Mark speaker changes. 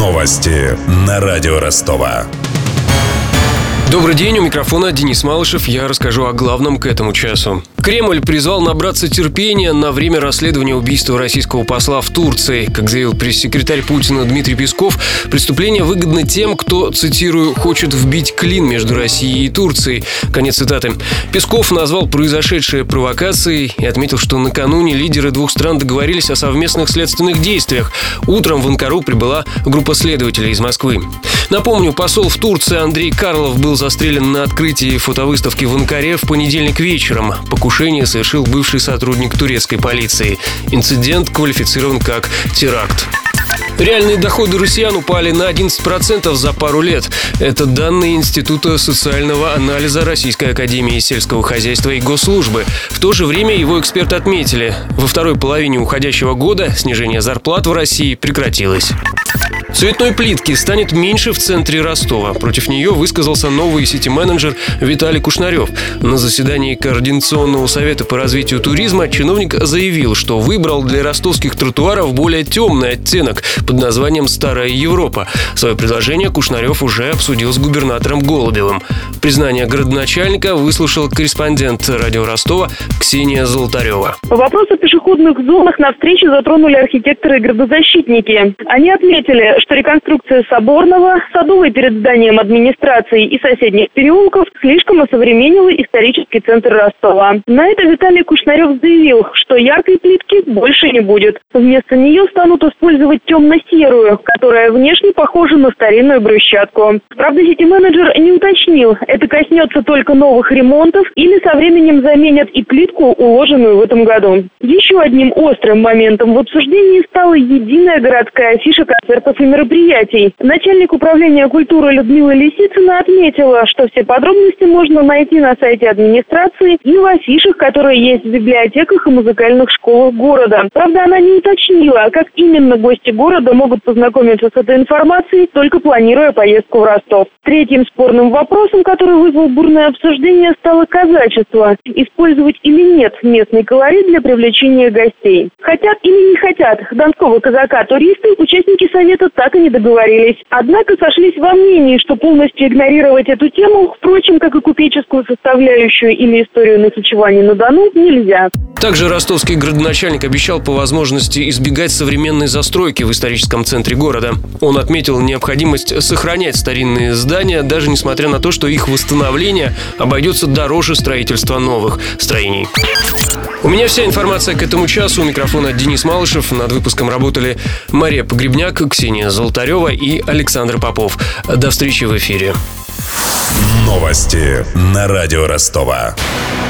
Speaker 1: Новости на радио Ростова.
Speaker 2: Добрый день, у микрофона Денис Малышев. Я расскажу о главном к этому часу. Кремль призвал набраться терпения на время расследования убийства российского посла в Турции. Как заявил пресс-секретарь Путина Дмитрий Песков, преступление выгодно тем, кто, цитирую, «хочет вбить клин между Россией и Турцией». Конец цитаты. Песков назвал произошедшее провокацией и отметил, что накануне лидеры двух стран договорились о совместных следственных действиях. Утром в Анкару прибыла группа следователей из Москвы. Напомню, посол в Турции Андрей Карлов был застрелен на открытии фотовыставки в Анкаре в понедельник вечером. Покушение совершил бывший сотрудник турецкой полиции. Инцидент квалифицирован как теракт. Реальные доходы россиян упали на 11% за пару лет. Это данные Института социального анализа Российской академии сельского хозяйства и госслужбы. В то же время его эксперты отметили, во второй половине уходящего года снижение зарплат в России прекратилось. Цветной плитки станет меньше в центре Ростова. Против нее высказался новый сити-менеджер Виталий Кушнарев. На заседании Координационного совета по развитию туризма чиновник заявил, что выбрал для ростовских тротуаров более темный оттенок под названием «Старая Европа». Свое предложение Кушнарев уже обсудил с губернатором Голубевым. Признание городоначальника выслушал корреспондент радио Ростова Ксения Золотарева.
Speaker 3: По вопросу пешеходных зонах на встрече затронули архитекторы и градозащитники. Они отметили, что реконструкция Соборного, Садовой перед зданием администрации и соседних переулков слишком осовременила исторический центр Ростова. На это Виталий Кушнарев заявил, что яркой плитки больше не будет. Вместо нее станут использовать темно-серую, которая внешне похожа на старинную брусчатку. Правда, сити-менеджер не уточнил, это коснется только новых ремонтов или со временем заменят и плитку, уложенную в этом году. Еще одним острым моментом в обсуждении стала единая городская афиша концертов и мероприятий. Начальник управления культуры Людмила Лисицына отметила, что все подробности можно найти на сайте администрации и в афишах, которые есть в библиотеках и музыкальных школах города. Правда, она не уточнила, как именно гости города могут познакомиться с этой информацией, только планируя поездку в Ростов. Третьим спорным вопросом, который вызвал бурное обсуждение, стало казачество. Использовать или нет местный колорит для привлечения гостей. Хотят или не хотят донского казака туристы, участники совета так и не договорились. Однако сошлись во мнении, что полностью игнорировать эту тему, впрочем, как и купеческую составляющую или историю Нахичевани на Дону, нельзя.
Speaker 2: Также ростовский градоначальник обещал по возможности избегать современной застройки в историческом центре города. Он отметил необходимость сохранять старинные здания, даже несмотря на то, что их восстановление обойдется дороже строительства новых строений. У меня вся информация к этому часу. У микрофона Денис Малышев. Над выпуском работали Мария Погребняк, Ксения Золотарева и Александр Попов. До встречи в эфире.
Speaker 1: Новости на радио Ростова.